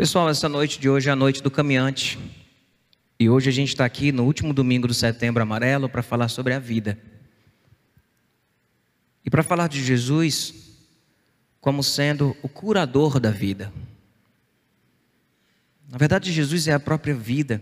Pessoal, essa noite de hoje é a noite do caminhante. E hoje a gente está aqui no último domingo do Setembro Amarelo para falar sobre a vida. E para falar de Jesus como sendo o curador da vida. Na verdade, Jesus é a própria vida.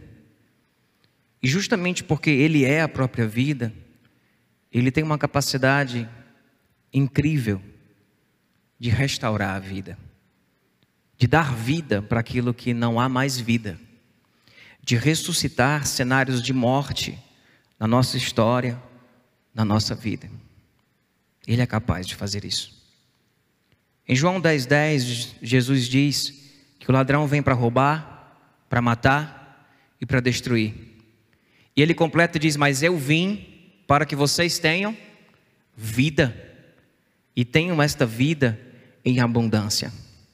E justamente porque Ele é a própria vida, Ele tem uma capacidade incrível de restaurar a vida. De dar vida para aquilo que não há mais vida. De ressuscitar cenários de morte na nossa história, na nossa vida. Ele é capaz de fazer isso. Em João 10:10, Jesus diz que o ladrão vem para roubar, para matar e para destruir. E ele completa e diz: mas eu vim para que vocês tenham vida. E tenham esta vida em abundância.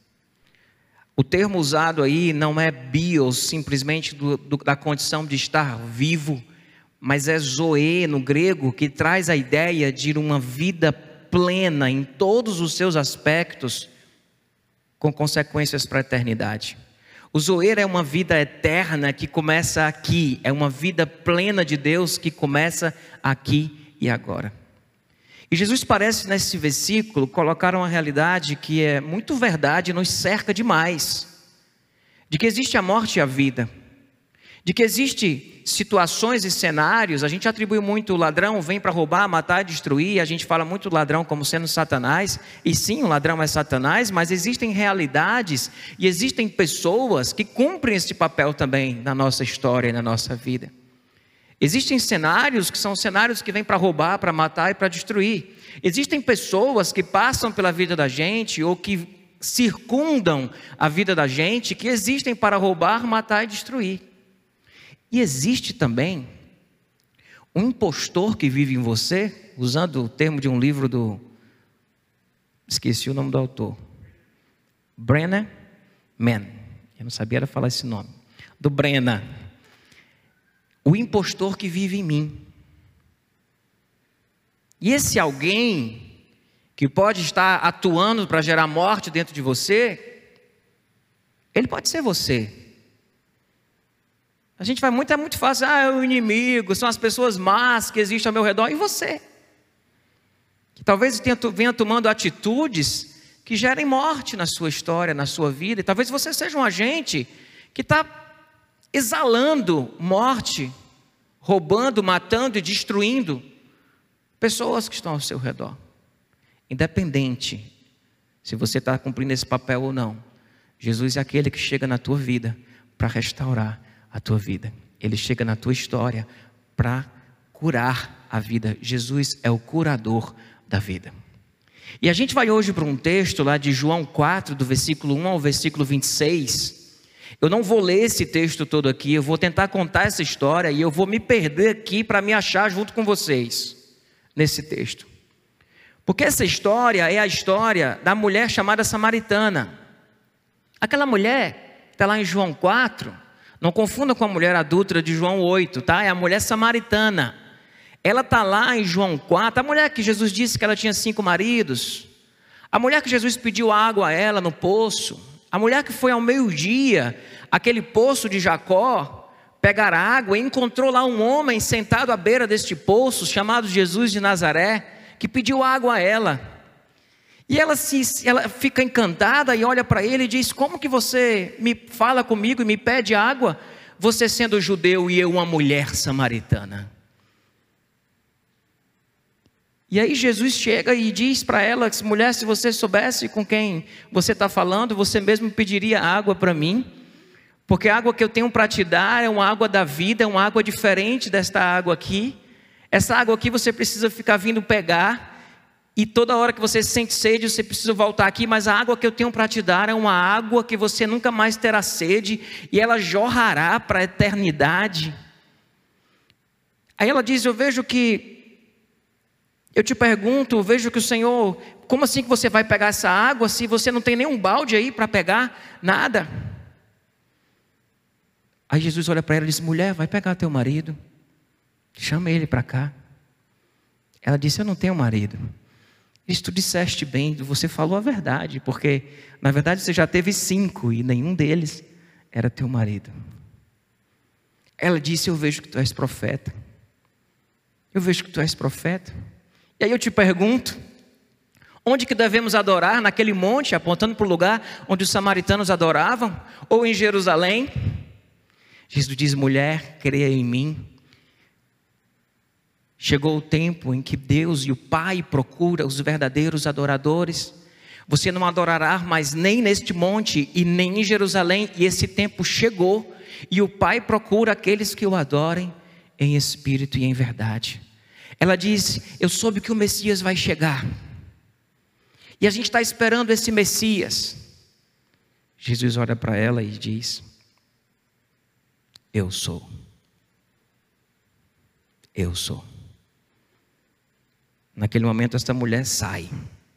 O termo usado aí não é bios, simplesmente da condição de estar vivo, mas é zoe no grego, que traz a ideia de uma vida plena em todos os seus aspectos, com consequências para a eternidade. O zoe é uma vida eterna que começa aqui, é uma vida plena de Deus que começa aqui e agora. E Jesus parece nesse versículo colocar uma realidade que é muito verdade e nos cerca demais. De que existe a morte e a vida. De que existe situações e cenários. A gente atribui muito o ladrão, vem para roubar, matar e destruir. A gente fala muito do ladrão como sendo Satanás. E sim, o ladrão é Satanás, mas existem realidades e existem pessoas que cumprem esse papel também na nossa história e na nossa vida. Existem cenários que são cenários que vêm para roubar, para matar e para destruir. Existem pessoas que passam pela vida da gente ou que circundam a vida da gente, que existem para roubar, matar e destruir. E existe também um impostor que vive em você, usando o termo de um livro esqueci o nome do autor, Brennan Mann. Eu não sabia falar esse nome. Do Brennan. O impostor que vive em mim. E esse alguém que pode estar atuando para gerar morte dentro de você, ele pode ser você. A gente vai muito, é muito fácil, é o inimigo, são as pessoas más que existem ao meu redor, e você? Que talvez venha tomando atitudes que gerem morte na sua história, na sua vida, e talvez você seja um agente que está exalando morte, roubando, matando e destruindo pessoas que estão ao seu redor. Independente se você está cumprindo esse papel ou não, Jesus é aquele que chega na tua vida para restaurar a tua vida. Ele chega na tua história para curar a vida. Jesus é o curador da vida. E a gente vai hoje para um texto lá de João 4, do versículo 1 ao versículo 26. Eu não vou ler esse texto todo aqui, eu vou tentar contar essa história e eu vou me perder aqui para me achar junto com vocês nesse texto. Porque essa história é a história da mulher chamada samaritana. Aquela mulher que está lá em João 4, não confunda com a mulher adúltera de João 8, tá? É a mulher samaritana. Ela está lá em João 4, a mulher que Jesus disse que ela tinha 5 maridos, a mulher que Jesus pediu água a ela no poço, a mulher que foi ao meio-dia, aquele poço de Jacó, pegar água e encontrou lá um homem sentado à beira deste poço, chamado Jesus de Nazaré, que pediu água a ela. E ela fica encantada e olha para ele e diz: como que você me fala comigo e me pede água, você sendo judeu e eu uma mulher samaritana? E aí Jesus chega e diz para ela: mulher, se você soubesse com quem você está falando, você mesmo pediria água para mim, porque a água que eu tenho para te dar é uma água da vida, é uma água diferente desta água aqui. Essa água aqui você precisa ficar vindo pegar, e toda hora que você sente sede, você precisa voltar aqui, mas a água que eu tenho para te dar é uma água que você nunca mais terá sede, e ela jorrará para a eternidade. Aí ela diz: eu te pergunto, eu vejo que o Senhor, como assim que você vai pegar essa água, se você não tem nenhum balde aí para pegar, nada? Aí Jesus olha para ela e diz: mulher, vai pegar teu marido, chama ele para cá. Ela disse: eu não tenho marido. Isso tu disseste bem, você falou a verdade, porque na verdade você já teve 5 e nenhum deles era teu marido. Ela disse: eu vejo que tu és profeta. Eu vejo que tu és profeta. E aí eu te pergunto, onde que devemos adorar? Naquele monte, apontando para o lugar onde os samaritanos adoravam? Ou em Jerusalém? Jesus diz: mulher, creia em mim. Chegou o tempo em que Deus e o Pai procura os verdadeiros adoradores. Você não adorará mais nem neste monte e nem em Jerusalém. E esse tempo chegou. E o Pai procura aqueles que o adorem em espírito e em verdade. Ela diz: eu soube que o Messias vai chegar. E a gente está esperando esse Messias. Jesus olha para ela e diz: eu sou. Eu sou. Naquele momento esta mulher sai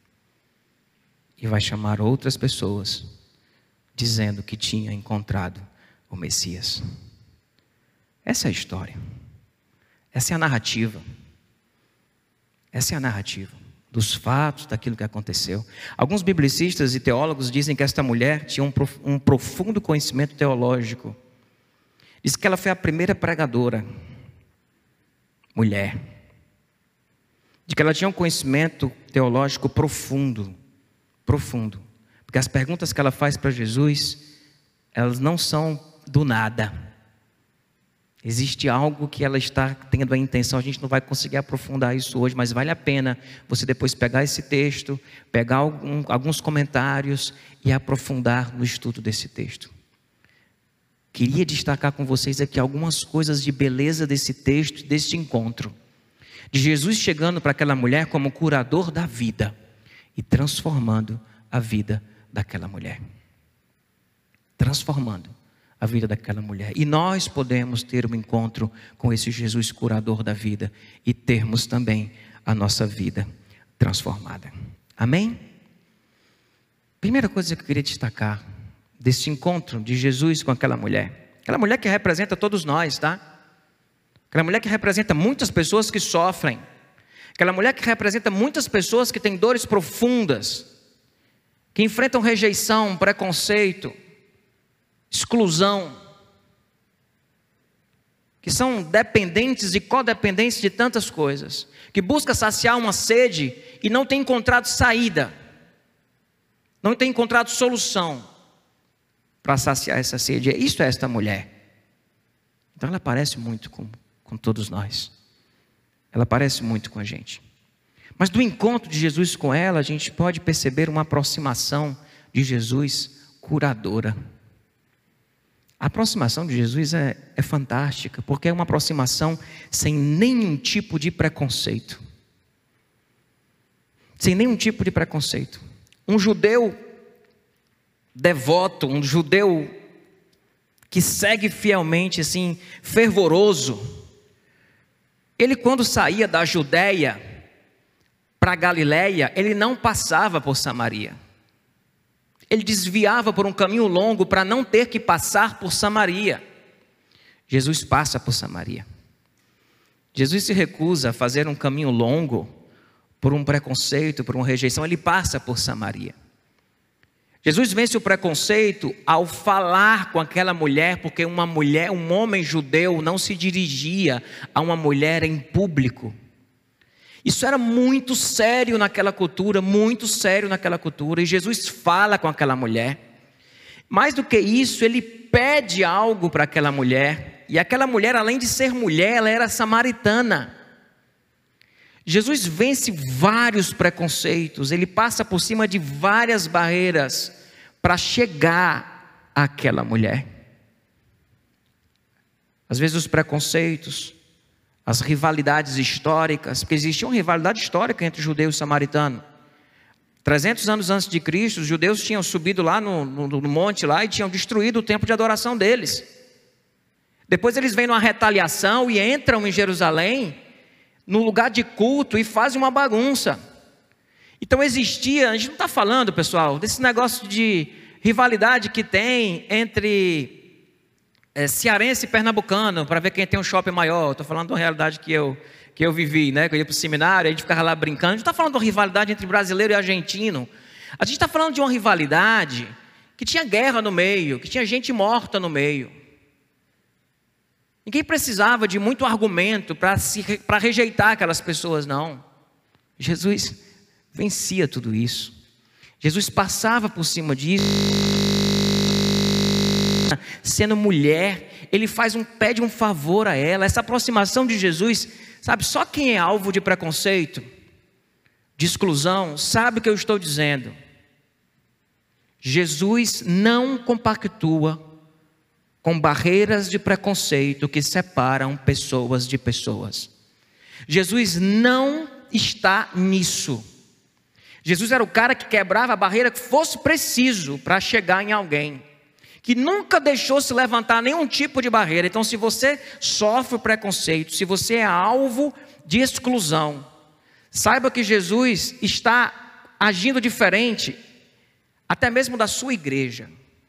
e vai chamar outras pessoas, dizendo que tinha encontrado o Messias. Essa é a história. Essa é a narrativa. Essa é a narrativa dos fatos, daquilo que aconteceu. Alguns biblicistas e teólogos dizem que esta mulher tinha um profundo conhecimento teológico. Diz que ela foi a primeira pregadora mulher. De que ela tinha um conhecimento teológico profundo. Profundo. Porque as perguntas que ela faz para Jesus, elas não são do nada. Existe algo que ela está tendo a intenção. A gente não vai conseguir aprofundar isso hoje, mas vale a pena você depois pegar esse texto, pegar alguns comentários e aprofundar no estudo desse texto. Queria destacar com vocês aqui algumas coisas de beleza desse texto, desse encontro. De Jesus chegando para aquela mulher como curador da vida e transformando a vida daquela mulher. Transformando a vida daquela mulher. E nós podemos ter um encontro com esse Jesus curador da vida e termos também a nossa vida transformada. Amém? Primeira coisa que eu queria destacar desse encontro de Jesus com aquela mulher que representa todos nós, tá? Aquela mulher que representa muitas pessoas que sofrem. Aquela mulher que representa muitas pessoas que têm dores profundas, que enfrentam rejeição, preconceito, exclusão, que são dependentes e codependentes de tantas coisas, que busca saciar uma sede e não tem encontrado saída, não tem encontrado solução para saciar essa sede. Isso é esta mulher. Então ela parece muito com todos nós. Ela parece muito com a gente. Mas do encontro de Jesus com ela, a gente pode perceber uma aproximação de Jesus curadora. A aproximação de Jesus é fantástica, porque é uma aproximação sem nenhum tipo de preconceito. Sem nenhum tipo de preconceito. Um judeu devoto, um judeu que segue fielmente, assim, fervoroso, ele, quando saía da Judéia para Galiléia, ele não passava por Samaria. Ele desviava por um caminho longo para não ter que passar por Samaria. Jesus passa por Samaria. Jesus se recusa a fazer um caminho longo por um preconceito, por uma rejeição. Ele passa por Samaria. Jesus vence o preconceito ao falar com aquela mulher, porque um homem judeu não se dirigia a uma mulher em público. Isso era muito sério naquela cultura, muito sério naquela cultura. E Jesus fala com aquela mulher. Mais do que isso, ele pede algo para aquela mulher. E aquela mulher, além de ser mulher, ela era samaritana. Jesus vence vários preconceitos, ele passa por cima de várias barreiras para chegar àquela mulher. Às vezes os preconceitos, as rivalidades históricas, porque existia uma rivalidade histórica entre judeus e samaritanos. 300 anos antes de Cristo, os judeus tinham subido lá no monte lá e tinham destruído o templo de adoração deles. Depois eles vêm numa retaliação e entram em Jerusalém, no lugar de culto, e fazem uma bagunça. Então existia, a gente não está falando, pessoal, desse negócio de rivalidade que tem entre cearense e pernambucano, para ver quem tem um shopping maior. Estou falando de uma realidade que eu vivi, né? Que eu ia para o seminário, a gente ficava lá brincando. A gente está falando de uma rivalidade entre brasileiro e argentino. A gente está falando de uma rivalidade que que tinha guerra no meio, que tinha gente morta no meio. Ninguém precisava de muito argumento para rejeitar aquelas pessoas, não. Jesus vencia tudo isso. Jesus passava por cima disso. Sendo mulher, ele pede um favor a ela. Essa aproximação de Jesus, sabe, só quem é alvo de preconceito, de exclusão, sabe o que eu estou dizendo. Jesus não compactua com barreiras de preconceito que separam pessoas de pessoas. Jesus não está nisso. Jesus era o cara que quebrava a barreira que fosse preciso para chegar em alguém, que nunca deixou se levantar nenhum tipo de barreira. Então, se você sofre preconceito, se você é alvo de exclusão, saiba que Jesus está agindo diferente, até mesmo da sua igreja.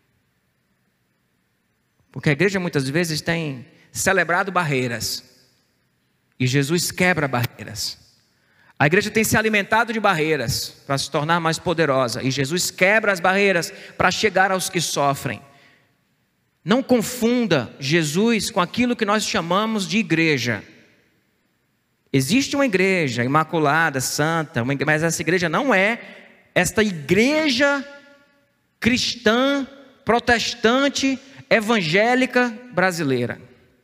Porque a igreja muitas vezes tem celebrado barreiras, e Jesus quebra barreiras. A igreja tem se alimentado de barreiras para se tornar mais poderosa, e Jesus quebra as barreiras para chegar aos que sofrem. Não confunda Jesus com aquilo que nós chamamos de igreja. Existe uma igreja imaculada, santa, mas essa igreja não é esta igreja cristã, protestante, evangélica brasileira.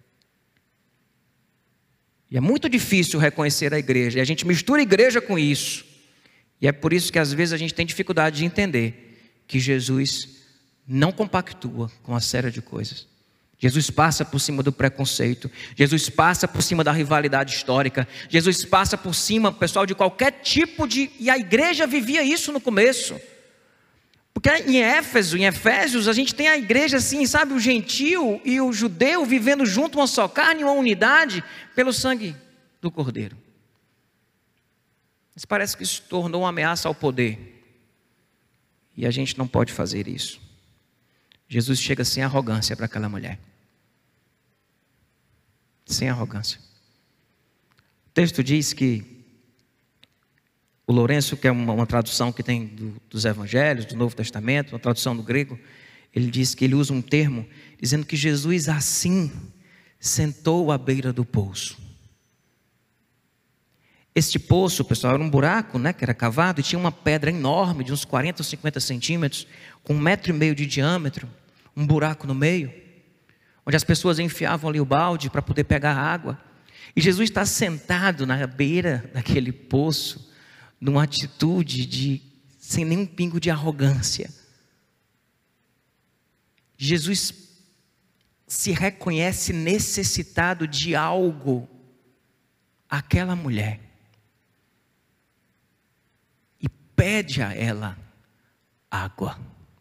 E é muito difícil reconhecer a igreja, e a gente mistura igreja com isso. E é por isso que às vezes a gente tem dificuldade de entender que Jesus não compactua com uma série de coisas. Jesus passa por cima do preconceito. Jesus passa por cima da rivalidade histórica. Jesus passa por cima, pessoal, de qualquer tipo de... E a igreja vivia isso no começo. Porque em Efésios, a gente tem a igreja assim, sabe? O gentil e o judeu vivendo junto, uma só carne, uma unidade, pelo sangue do Cordeiro. Mas parece que isso se tornou uma ameaça ao poder. E a gente não pode fazer isso. Jesus chega sem arrogância para aquela mulher. Sem arrogância. O texto diz que o Lourenço, que é uma tradução que tem dos Evangelhos, do Novo Testamento, uma tradução do grego, ele diz que ele usa um termo dizendo que Jesus assim sentou à beira do poço. Este poço, pessoal, era um buraco, né, que era cavado, e tinha uma pedra enorme de uns 40 ou 50 centímetros, com 1,5 metro de diâmetro, um buraco no meio, onde as pessoas enfiavam ali o balde para poder pegar água. E Jesus está sentado na beira daquele poço, numa atitude sem nenhum pingo de arrogância. Jesus se reconhece necessitado de algo àquela mulher e pede a ela água.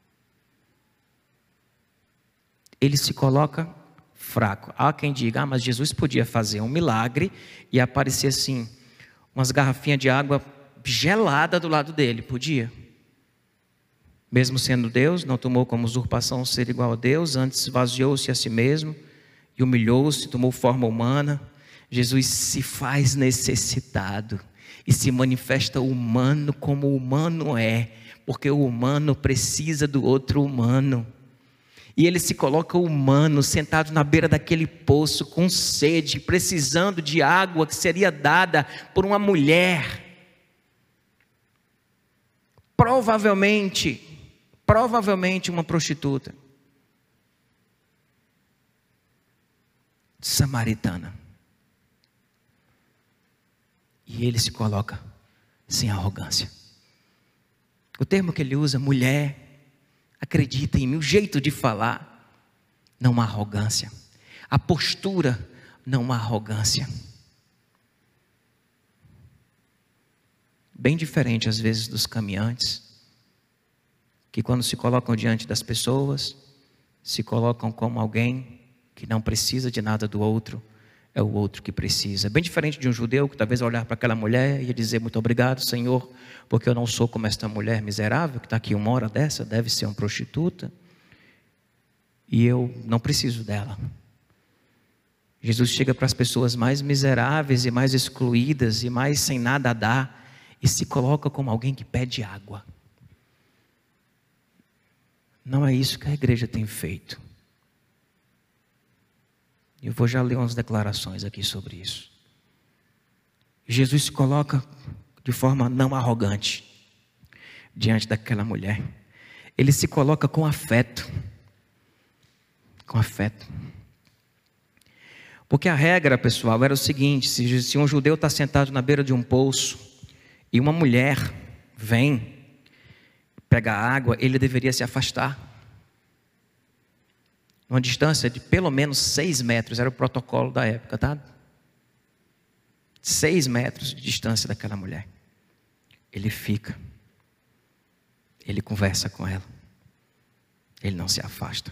Ele se coloca fraco. Há quem diga, mas Jesus podia fazer um milagre e aparecer assim, umas garrafinhas de água gelada do lado dele, podia. Mesmo sendo Deus, não tomou como usurpação ser igual a Deus, antes esvaziou-se a si mesmo e humilhou-se, tomou forma humana. Jesus se faz necessitado e se manifesta humano como o humano é, porque o humano precisa do outro humano. E ele se coloca humano, sentado na beira daquele poço, com sede, precisando de água que seria dada por uma mulher. Provavelmente uma prostituta samaritana. E ele se coloca sem arrogância. O termo que ele usa, mulher, acredita em mim, o jeito de falar, não há arrogância. A postura, não há arrogância. Bem diferente às vezes dos caminhantes, que quando se colocam diante das pessoas, se colocam como alguém que não precisa de nada do outro, é o outro que precisa. Bem diferente de um judeu que talvez olhar para aquela mulher e dizer, muito obrigado, Senhor, porque eu não sou como esta mulher miserável, que está aqui uma hora dessa, deve ser uma prostituta, e eu não preciso dela. Jesus chega para as pessoas mais miseráveis e mais excluídas e mais sem nada a dar, e se coloca como alguém que pede água. Não é isso que a igreja tem feito. Eu vou já ler umas declarações aqui sobre isso. Jesus se coloca de forma não arrogante diante daquela mulher. Ele se coloca com afeto. Com afeto. Porque a regra, pessoal, era o seguinte: se um judeu está sentado na beira de um poço e uma mulher vem pegar água, ele deveria se afastar. Uma distância de pelo menos 6 metros, era o protocolo da época, tá? 6 metros de distância daquela mulher. Ele fica. Ele conversa com ela. Ele não se afasta.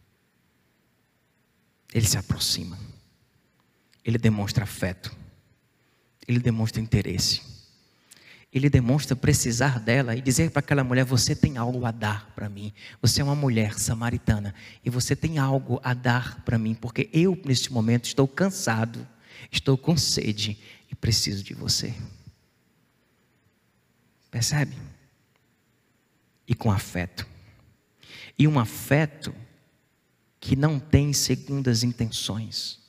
Ele se aproxima. Ele demonstra afeto. Ele demonstra interesse. Ele demonstra precisar dela e dizer para aquela mulher: você tem algo a dar para mim. Você é uma mulher samaritana e você tem algo a dar para mim, porque eu neste momento estou cansado, estou com sede e preciso de você. Percebe? E com afeto. E um afeto que não tem segundas intenções.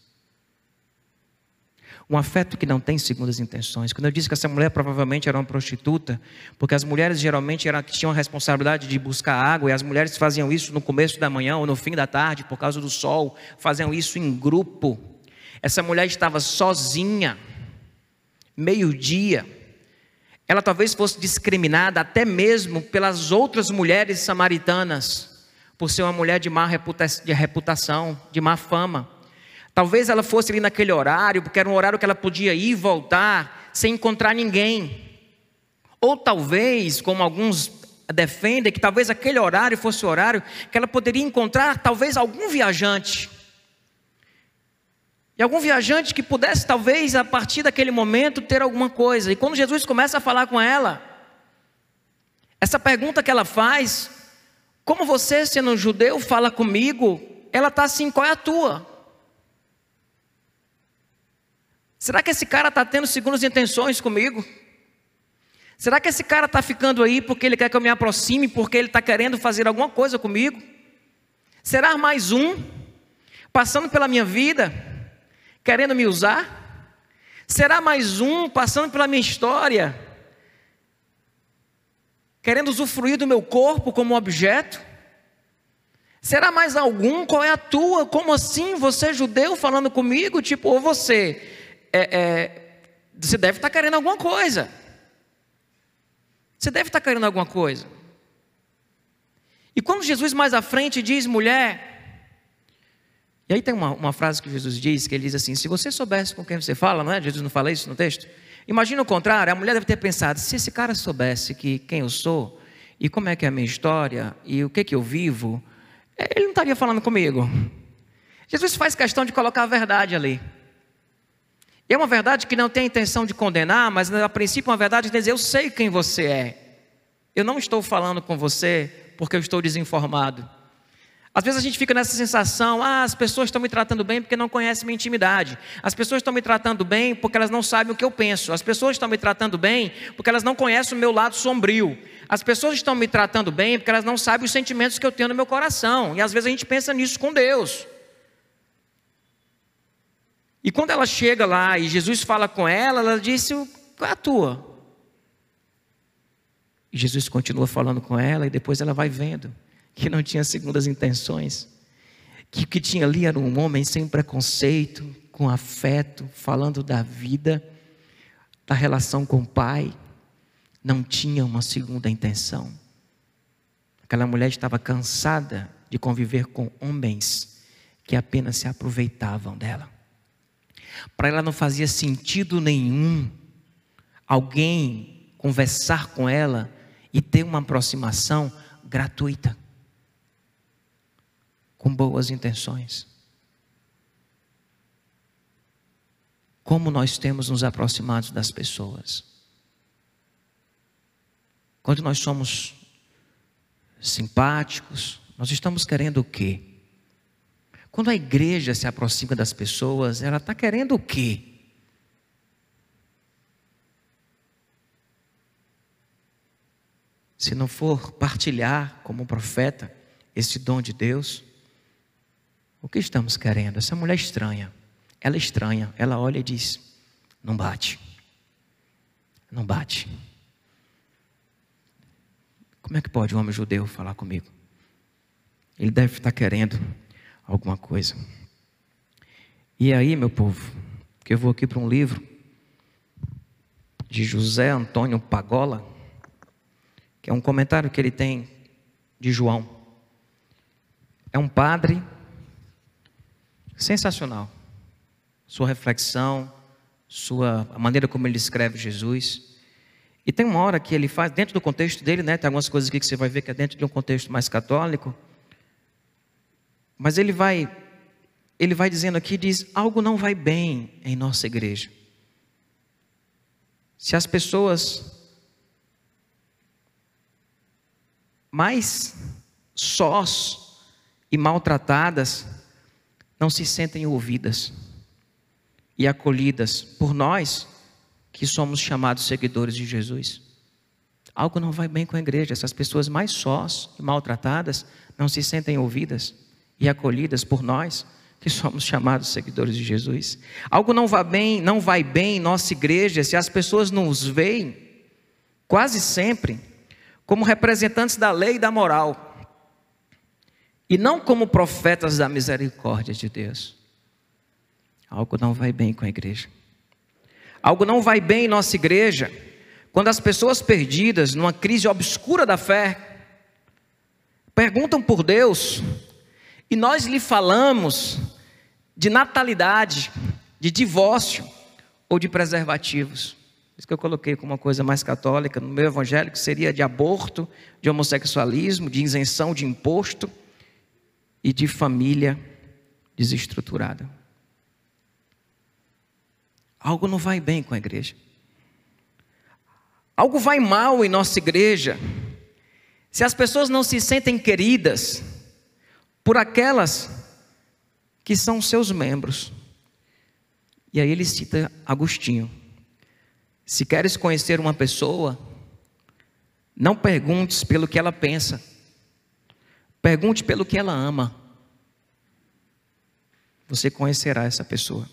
Um afeto que não tem segundas intenções. Quando eu disse que essa mulher provavelmente era uma prostituta, porque as mulheres geralmente tinham a responsabilidade de buscar água, e as mulheres faziam isso no começo da manhã ou no fim da tarde, por causa do sol, faziam isso em grupo. Essa mulher estava sozinha, meio-dia. Ela talvez fosse discriminada até mesmo pelas outras mulheres samaritanas, por ser uma mulher de má reputação, de má fama. Talvez ela fosse ali naquele horário, porque era um horário que ela podia ir e voltar sem encontrar ninguém. Ou talvez, como alguns defendem, que talvez aquele horário fosse o horário que ela poderia encontrar talvez algum viajante. E algum viajante que pudesse talvez a partir daquele momento ter alguma coisa. E quando Jesus começa a falar com ela, essa pergunta que ela faz: como você, sendo um judeu, fala comigo? Ela está assim: qual é a tua? Será que esse cara está tendo segundas intenções comigo? Será que esse cara está ficando aí porque ele quer que eu me aproxime, porque ele está querendo fazer alguma coisa comigo? Será mais um passando pela minha vida, querendo me usar? Será mais um passando pela minha história, querendo usufruir do meu corpo como objeto? Será mais algum? Qual é a tua? Como assim? Você é judeu falando comigo? Tipo, ou você deve estar querendo alguma coisa. Você deve estar querendo alguma coisa. E quando Jesus mais à frente diz: mulher, e aí tem uma frase que Jesus diz, que ele diz assim: se você soubesse com quem você fala, não é? Jesus não fala isso no texto? Imagina o contrário, a mulher deve ter pensado: se esse cara soubesse quem eu sou, e como é que é a minha história, e o que eu vivo, ele não estaria falando comigo. Jesus faz questão de colocar a verdade ali. É uma verdade que não tem a intenção de condenar, mas a princípio é uma verdade de dizer: eu sei quem você é. Eu não estou falando com você porque eu estou desinformado. Às vezes a gente fica nessa sensação: as pessoas estão me tratando bem porque não conhecem minha intimidade. As pessoas estão me tratando bem porque elas não sabem o que eu penso. As pessoas estão me tratando bem porque elas não conhecem o meu lado sombrio. As pessoas estão me tratando bem porque elas não sabem os sentimentos que eu tenho no meu coração. E às vezes a gente pensa nisso com Deus. E quando ela chega lá e Jesus fala com ela, ela disse: qual é a tua? E Jesus continua falando com ela, e depois ela vai vendo que não tinha segundas intenções, que o que tinha ali era um homem sem preconceito, com afeto, falando da vida, da relação com o pai. Não tinha uma segunda intenção. Aquela mulher estava cansada de conviver com homens que apenas se aproveitavam dela. Para ela não fazia sentido nenhum alguém conversar com ela e ter uma aproximação gratuita, com boas intenções. Como nós temos nos aproximado das pessoas? Quando nós somos simpáticos, nós estamos querendo o quê? Quando a igreja se aproxima das pessoas, ela está querendo o quê? Se não for partilhar como um profeta, esse dom de Deus, o que estamos querendo? Essa mulher estranha, ela olha e diz: não bate, não bate. Como é que pode um homem judeu falar comigo? Ele deve estar querendo alguma coisa. E aí, meu povo, que eu vou aqui para um livro de José Antônio Pagola, que é um comentário que ele tem de João. É um padre sensacional. Sua reflexão, a maneira como ele escreve Jesus. E tem uma hora que ele faz, dentro do contexto dele, né? Tem algumas coisas aqui que você vai ver que é dentro de um contexto mais católico. Mas ele vai dizendo aqui, diz: algo não vai bem em nossa igreja. Se as pessoas mais sós e maltratadas não se sentem ouvidas e acolhidas por nós que somos chamados seguidores de Jesus. Algo não vai bem com a igreja. Essas pessoas mais sós e maltratadas não se sentem ouvidas e acolhidas por nós que somos chamados seguidores de Jesus. Algo não vai bem em nossa igreja se as pessoas nos veem quase sempre como representantes da lei e da moral e não como profetas da misericórdia de Deus. Algo não vai bem com a igreja. Algo não vai bem em nossa igreja quando as pessoas perdidas numa crise obscura da fé perguntam por Deus e nós lhe falamos de natalidade, de divórcio ou de preservativos. Isso que eu coloquei como uma coisa mais católica no meu evangelho, que seria de aborto, de homossexualismo, de isenção de imposto e de família desestruturada. Algo não vai bem com a igreja. Algo vai mal em nossa igreja se as pessoas não se sentem queridas por aquelas que são seus membros. E aí ele cita Agostinho: se queres conhecer uma pessoa, não perguntes pelo que ela pensa, pergunte pelo que ela ama. Você conhecerá essa pessoa.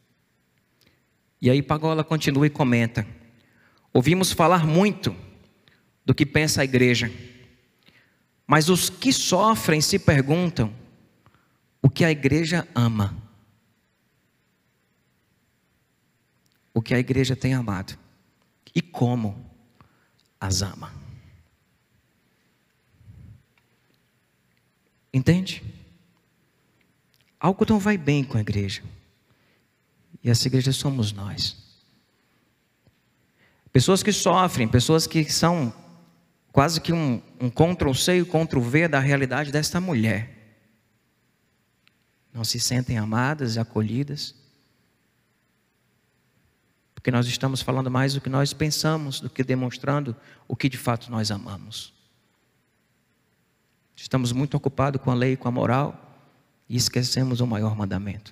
E aí Pagola continua e comenta: ouvimos falar muito do que pensa a igreja, mas os que sofrem se perguntam o que a igreja ama, o que a igreja tem amado e como as ama. Entende? Algo não vai bem com a igreja. E essa igreja somos nós. Pessoas que sofrem, pessoas que são quase que um Ctrl-C e Ctrl-V da realidade desta mulher. Não se sentem amadas e acolhidas. Porque nós estamos falando mais do que nós pensamos, do que demonstrando o que de fato nós amamos. Estamos muito ocupados com a lei e com a moral e esquecemos o maior mandamento.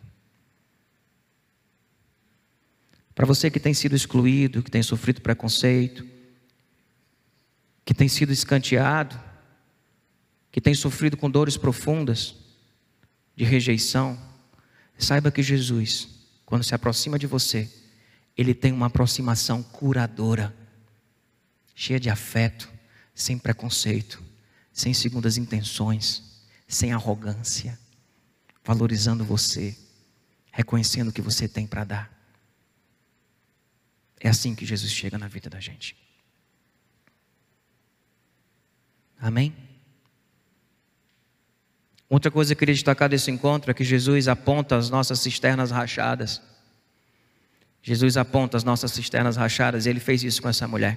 Para você que tem sido excluído, que tem sofrido preconceito, que tem sido escanteado, que tem sofrido com dores profundas de rejeição, saiba que Jesus, quando se aproxima de você, Ele tem uma aproximação curadora, cheia de afeto, sem preconceito, sem segundas intenções, sem arrogância, valorizando você, reconhecendo o que você tem para dar. É assim que Jesus chega na vida da gente. Amém? Outra coisa que eu queria destacar desse encontro é que Jesus aponta as nossas cisternas rachadas. Jesus aponta as nossas cisternas rachadas e Ele fez isso com essa mulher.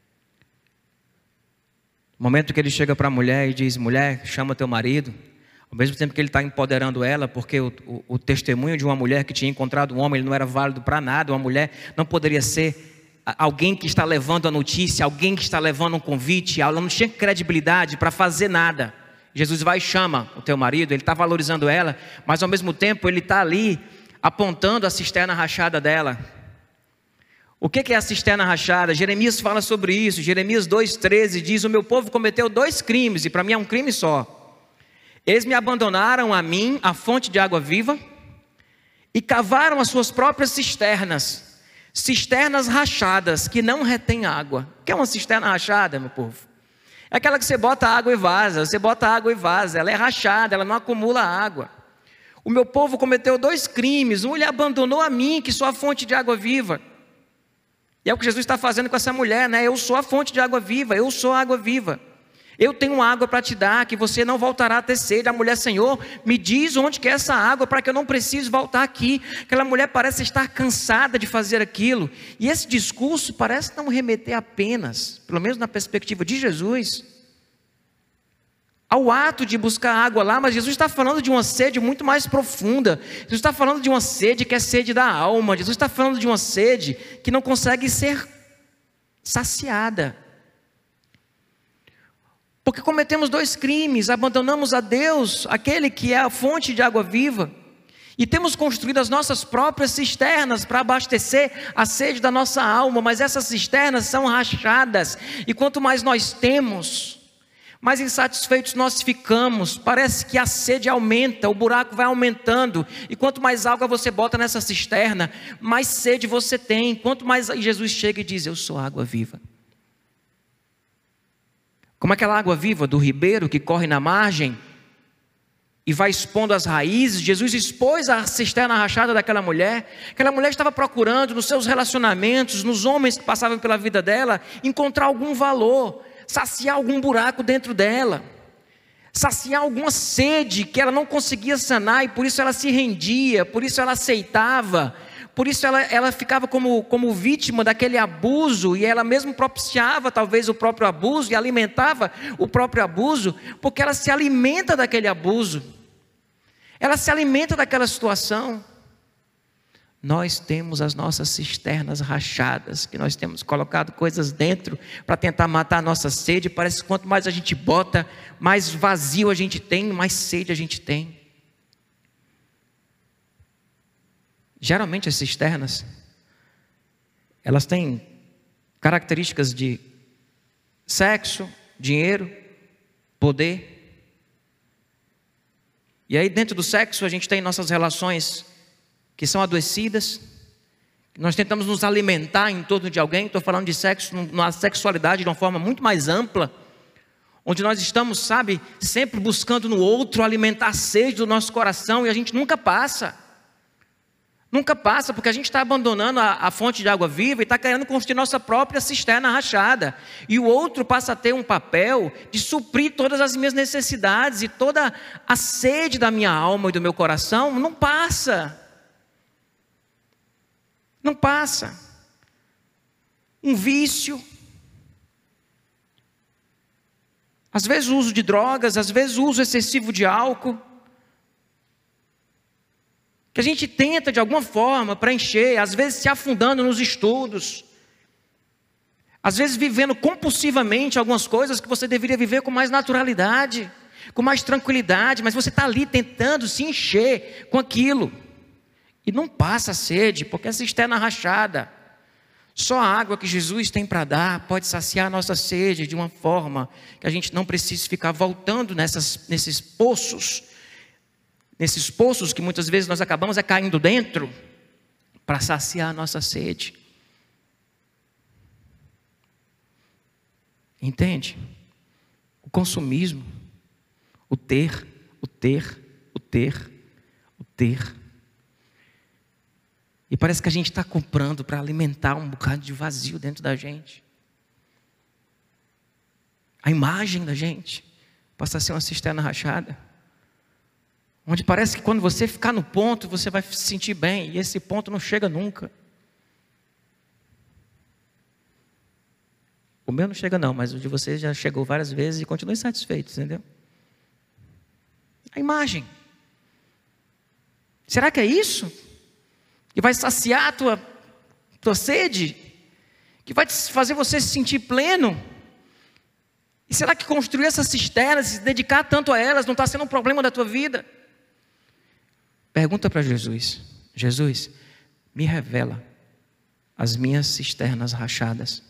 No momento que Ele chega para a mulher e diz: mulher, chama teu marido. Ao mesmo tempo que Ele está empoderando ela, porque o testemunho de uma mulher que tinha encontrado um homem, ele não era válido para nada. Uma mulher não poderia ser alguém que está levando a notícia, alguém que está levando um convite. Ela não tinha credibilidade para fazer nada. Jesus vai e chama o teu marido. Ele está valorizando ela, mas ao mesmo tempo Ele está ali apontando a cisterna rachada dela. O que é a cisterna rachada? Jeremias fala sobre isso. Jeremias 2,13 diz: o meu povo cometeu 2 crimes, e para mim é um crime só. Eles me abandonaram a mim, a fonte de água viva, e cavaram as suas próprias cisternas, cisternas rachadas, que não retêm água. O que é uma cisterna rachada, meu povo? É aquela que você bota água e vaza, ela é rachada, ela não acumula água. O meu povo cometeu 2 crimes, um, ele abandonou a mim, que sou a fonte de água viva. E é o que Jesus está fazendo com essa mulher, né? Eu sou a fonte de água viva, eu sou a água viva. Eu tenho água para te dar, que você não voltará a ter sede. A mulher, Senhor, me diz onde que é essa água, para que eu não precise voltar aqui. Aquela mulher parece estar cansada de fazer aquilo. E esse discurso parece não remeter apenas, pelo menos na perspectiva de Jesus, ao ato de buscar água lá, mas Jesus está falando de uma sede muito mais profunda. Jesus está falando de uma sede que é sede da alma. Jesus está falando de uma sede que não consegue ser saciada. Porque cometemos 2 crimes, abandonamos a Deus, aquele que é a fonte de água viva, e temos construído as nossas próprias cisternas para abastecer a sede da nossa alma, mas essas cisternas são rachadas, e quanto mais nós temos, mais insatisfeitos nós ficamos. Parece que a sede aumenta, o buraco vai aumentando, e quanto mais água você bota nessa cisterna, mais sede você tem. Quanto mais Jesus chega e diz: eu sou a água viva. Como aquela água viva do ribeiro que corre na margem e vai expondo as raízes. Jesus expôs a cisterna rachada daquela mulher. Aquela mulher estava procurando nos seus relacionamentos, nos homens que passavam pela vida dela, encontrar algum valor, saciar algum buraco dentro dela, saciar alguma sede que ela não conseguia sanar, e por isso ela se rendia, por isso ela aceitava, por isso ela ficava como vítima daquele abuso, e ela mesmo propiciava talvez o próprio abuso, e alimentava o próprio abuso, porque ela se alimenta daquele abuso, ela se alimenta daquela situação. Nós temos as nossas cisternas rachadas, que nós temos colocado coisas dentro para tentar matar a nossa sede. Parece que quanto mais a gente bota, mais vazio a gente tem, mais sede a gente tem. Geralmente as cisternas, elas têm características de sexo, dinheiro, poder. E aí dentro do sexo a gente tem nossas relações que são adoecidas, nós tentamos nos alimentar em torno de alguém. Estou falando de sexo, na sexualidade de uma forma muito mais ampla, onde nós estamos, sempre buscando no outro alimentar a sede do nosso coração, e a gente nunca passa, porque a gente está abandonando a fonte de água viva e está querendo construir nossa própria cisterna rachada, e o outro passa a ter um papel de suprir todas as minhas necessidades, e toda a sede da minha alma e do meu coração não passa. Não passa. Um vício, às vezes o uso de drogas, às vezes o uso excessivo de álcool, que a gente tenta de alguma forma preencher, às vezes se afundando nos estudos, às vezes vivendo compulsivamente algumas coisas que você deveria viver com mais naturalidade, com mais tranquilidade, mas você está ali tentando se encher com aquilo, e não passa sede, porque a cisterna rachada. Só a água que Jesus tem para dar pode saciar a nossa sede de uma forma que a gente não precise ficar voltando nesses poços que muitas vezes nós acabamos caindo dentro para saciar a nossa sede. Entende? O consumismo, o ter. E parece que a gente está comprando para alimentar um bocado de vazio dentro da gente. A imagem da gente passa a ser uma cisterna rachada, onde parece que quando você ficar no ponto, você vai se sentir bem, e esse ponto não chega nunca. O meu não chega não, mas o de vocês já chegou várias vezes e continua insatisfeito, entendeu? A imagem. Será que é isso? Que vai saciar a tua sede? Que vai fazer você se sentir pleno? E será que construir essas cisternas, se dedicar tanto a elas, não está sendo um problema da tua vida? Pergunta para Jesus: Jesus, me revela as minhas cisternas rachadas.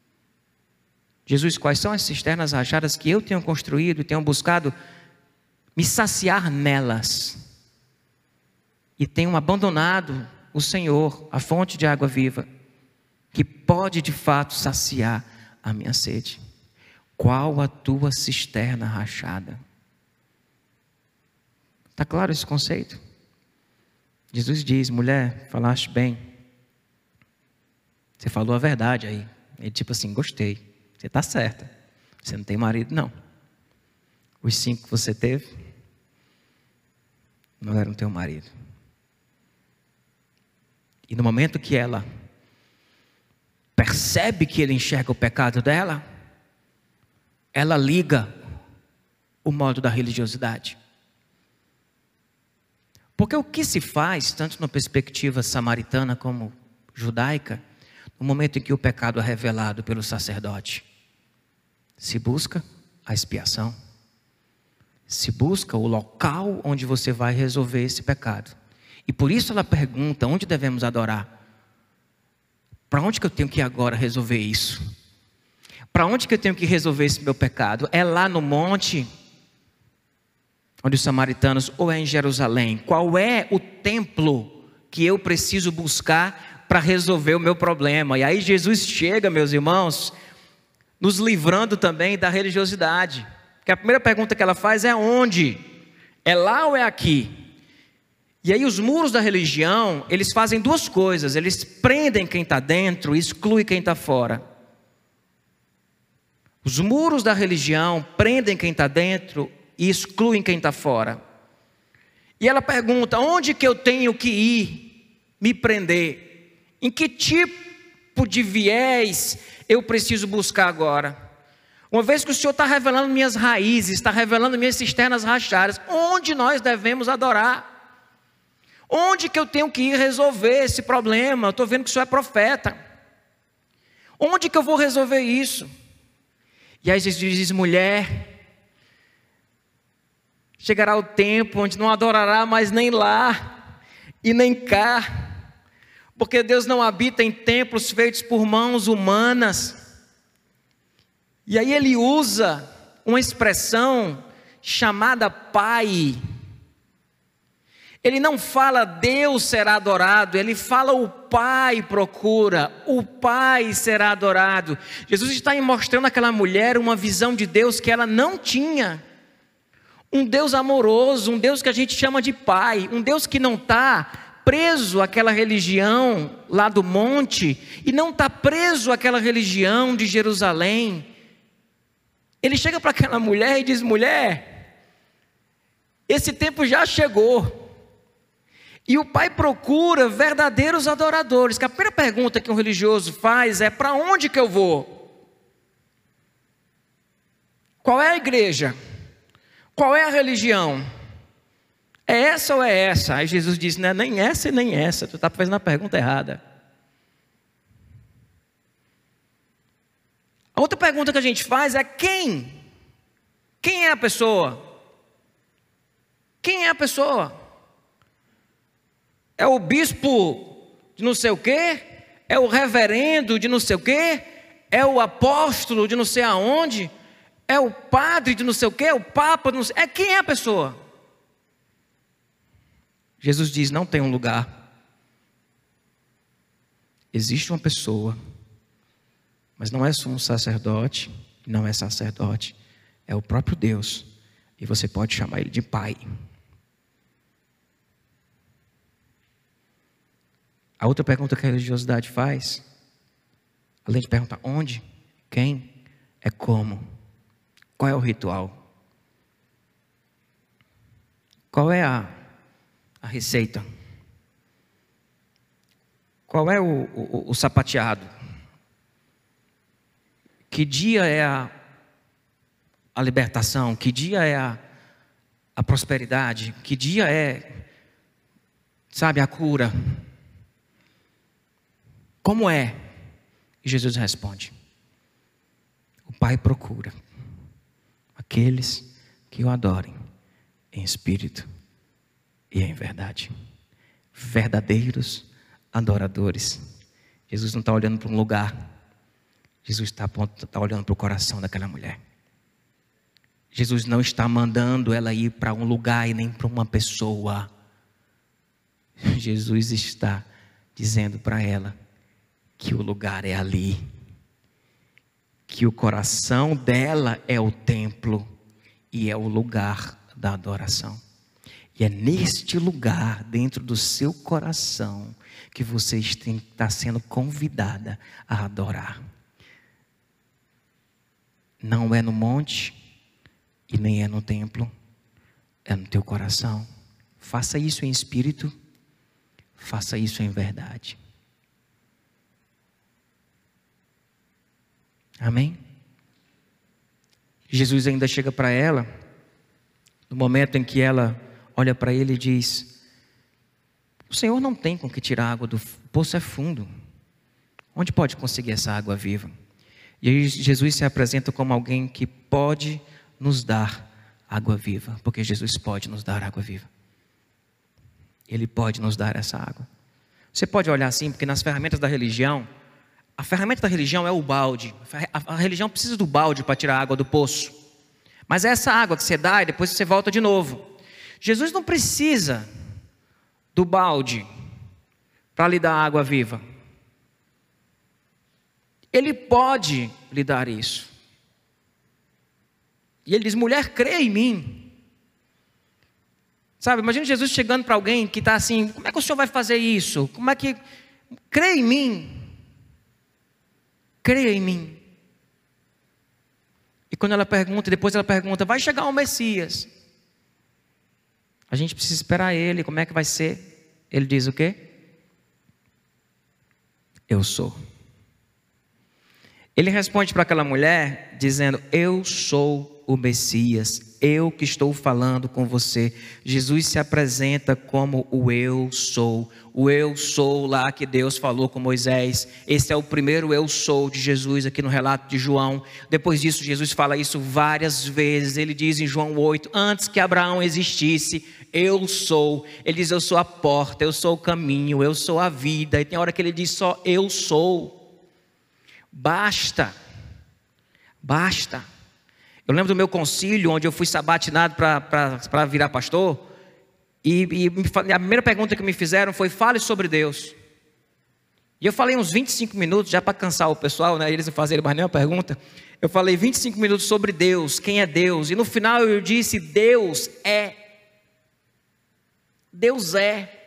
Jesus, quais são as cisternas rachadas que eu tenho construído e tenho buscado me saciar nelas. E tenho abandonado o Senhor, a fonte de água viva, que pode de fato saciar a minha sede. Qual a tua cisterna rachada? Está claro esse conceito? Jesus diz: mulher, falaste bem. Você falou a verdade aí. Ele tipo assim, gostei. Você está certa. Você não tem marido, não. Os 5 que você teve não eram teu marido. E no momento que ela percebe que ele enxerga o pecado dela, ela liga o modo da religiosidade. Porque o que se faz, tanto na perspectiva samaritana como judaica, no momento em que o pecado é revelado pelo sacerdote, se busca a expiação, se busca o local onde você vai resolver esse pecado. E por isso ela pergunta: onde devemos adorar? Para onde que eu tenho que ir agora resolver isso? Para onde que eu tenho que resolver esse meu pecado? É lá no monte, onde os samaritanos, ou é em Jerusalém? Qual é o templo que eu preciso buscar para resolver o meu problema? E aí Jesus chega, meus irmãos, nos livrando também da religiosidade. Porque a primeira pergunta que ela faz é: onde? É lá ou é aqui? E aí os muros da religião, eles fazem 2 coisas. Eles prendem quem está dentro e excluem quem está fora. Os muros da religião prendem quem está dentro e excluem quem está fora. E ela pergunta: onde que eu tenho que ir me prender? Em que tipo de viés eu preciso buscar agora? Uma vez que o Senhor está revelando minhas raízes, está revelando minhas cisternas rachadas, onde nós devemos adorar? Onde que eu tenho que ir resolver esse problema? Eu estou vendo que o Senhor é profeta. Onde que eu vou resolver isso? E aí Jesus diz: mulher, chegará o tempo onde não adorará mais nem lá e nem cá, porque Deus não habita em templos feitos por mãos humanas. E aí ele usa uma expressão chamada Pai. Ele não fala Deus será adorado, ele fala o Pai procura, o Pai será adorado. Jesus está mostrando àquela mulher uma visão de Deus que ela não tinha. Um Deus amoroso, um Deus que a gente chama de Pai, um Deus que não está preso àquela religião lá do monte, e não está preso àquela religião de Jerusalém. Ele chega para aquela mulher e diz: mulher, esse tempo já chegou. E o Pai procura verdadeiros adoradores. Que a primeira pergunta que um religioso faz é: para onde que eu vou? Qual é a igreja? Qual é a religião? É essa ou é essa? Aí Jesus diz: não é nem essa e nem essa. Tu está fazendo a pergunta errada. A outra pergunta que a gente faz é: quem? Quem é a pessoa? Quem é a pessoa? É o bispo de não sei o quê? É o reverendo de não sei o quê? É o apóstolo de não sei aonde? É o padre de não sei o quê? É o papa de não sei... Quem é a pessoa? Jesus diz: não tem um lugar. Existe uma pessoa, mas não é só um sacerdote, não é sacerdote, é o próprio Deus, e você pode chamar ele de Pai. A outra pergunta que a religiosidade faz, além de perguntar onde, quem, é como. Qual é o ritual? Qual é a receita? Qual é o sapateado? Que dia é a libertação? Que dia é a prosperidade? Que dia é, sabe, a cura? Como é? E Jesus responde: o Pai procura aqueles que o adorem em espírito e em verdade. Verdadeiros adoradores. Jesus não está olhando para um lugar. Jesus está olhando para o coração daquela mulher. Jesus não está mandando ela ir para um lugar e nem para uma pessoa. Jesus está dizendo para ela que o lugar é ali, que o coração dela é o templo e é o lugar da adoração. E é neste lugar, dentro do seu coração, que você está sendo convidada a adorar. Não é no monte e nem é no templo, é no teu coração. Faça isso em espírito, faça isso em verdade. Amém? Jesus ainda chega para ela, no momento em que ela olha para ele e diz: o Senhor não tem com que tirar água do poço, é fundo. Onde pode conseguir essa água viva? E aí Jesus se apresenta como alguém que pode nos dar água viva, porque Jesus pode nos dar água viva. Ele pode nos dar essa água. Você pode olhar assim, porque nas ferramentas da religião, a ferramenta da religião é o balde. A religião precisa do balde para tirar a água do poço. Mas é essa água que você dá e depois você volta de novo. Jesus não precisa do balde para lhe dar água viva. Ele pode lhe dar isso. E ele diz: mulher, crê em mim. Sabe, imagina Jesus chegando para alguém que está assim: como é que o senhor vai fazer isso? Como é que... crê em mim. Creia em mim. E quando ela pergunta, depois ela pergunta: vai chegar o Messias? A gente precisa esperar ele. Como é que vai ser? Ele diz o quê? Eu sou. Ele responde para aquela mulher dizendo: eu sou o Messias, eu que estou falando com você. Jesus se apresenta como o eu sou lá que Deus falou com Moisés. Esse é o primeiro eu sou de Jesus aqui no relato de João. Depois disso Jesus fala isso várias vezes. Ele diz em João 8, antes que Abraão existisse, eu sou. Ele diz: eu sou a porta, eu sou o caminho, eu sou a vida. E tem hora que ele diz só eu sou. Basta. Eu lembro do meu concílio, onde eu fui sabatinado para virar pastor. E a primeira pergunta que me fizeram foi: fale sobre Deus. E eu falei uns 25 minutos, já para cansar o pessoal, né? Eles não fazerem mais nenhuma pergunta. Eu falei 25 minutos sobre Deus, quem é Deus. E no final eu disse: Deus é. Deus é.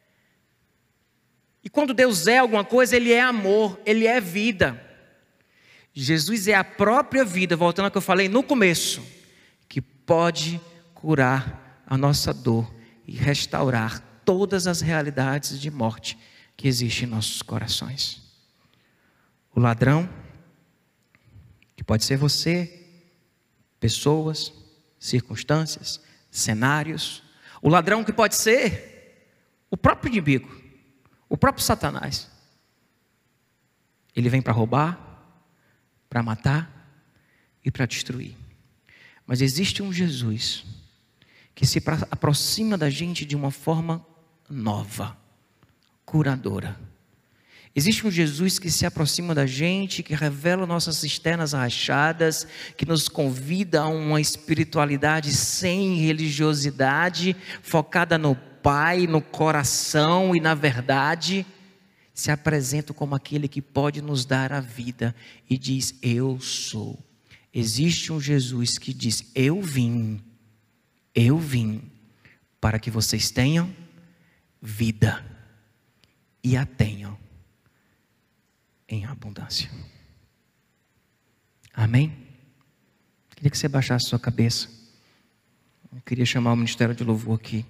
E quando Deus é alguma coisa, Ele é amor, Ele é vida. Jesus é a própria vida, voltando ao que eu falei no começo, que pode curar a nossa dor e restaurar todas as realidades de morte que existem em nossos corações. O ladrão, que pode ser você, pessoas, circunstâncias, cenários. O ladrão que pode ser o próprio inimigo, o próprio Satanás. Ele vem para roubar, para matar e para destruir. Mas existe um Jesus que se aproxima da gente de uma forma nova, curadora. Existe um Jesus que se aproxima da gente, que revela nossas cisternas rachadas, que nos convida a uma espiritualidade sem religiosidade, focada no Pai, no coração e na verdade. Se apresenta como aquele que pode nos dar a vida e diz: eu sou. Existe um Jesus que diz: eu vim para que vocês tenham vida e a tenham em abundância. Amém? Queria que você baixasse sua cabeça. Eu queria chamar o ministério de louvor aqui.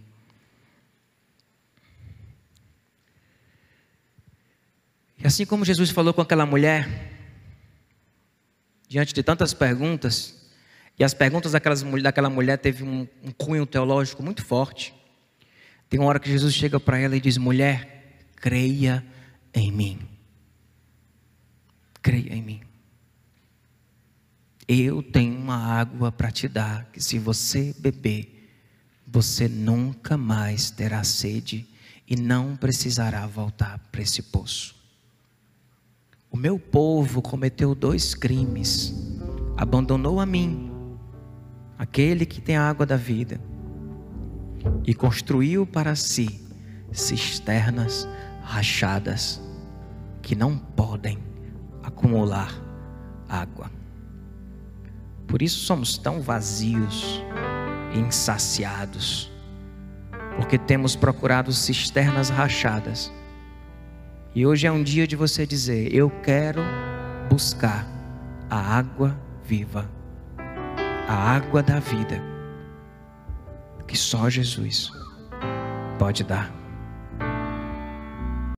E assim como Jesus falou com aquela mulher, diante de tantas perguntas, e as perguntas daquela mulher teve um cunho teológico muito forte. Tem uma hora que Jesus chega para ela e diz: mulher, creia em mim. Creia em mim. Eu tenho uma água para te dar, que se você beber, você nunca mais terá sede e não precisará voltar para esse poço. O meu povo cometeu 2 crimes: abandonou a mim aquele que tem a água da vida, e construiu para si cisternas rachadas que não podem acumular água. Por isso somos tão vazios e insaciados, porque temos procurado cisternas rachadas. E hoje é um dia de você dizer: eu quero buscar a água viva, a água da vida, que só Jesus pode dar.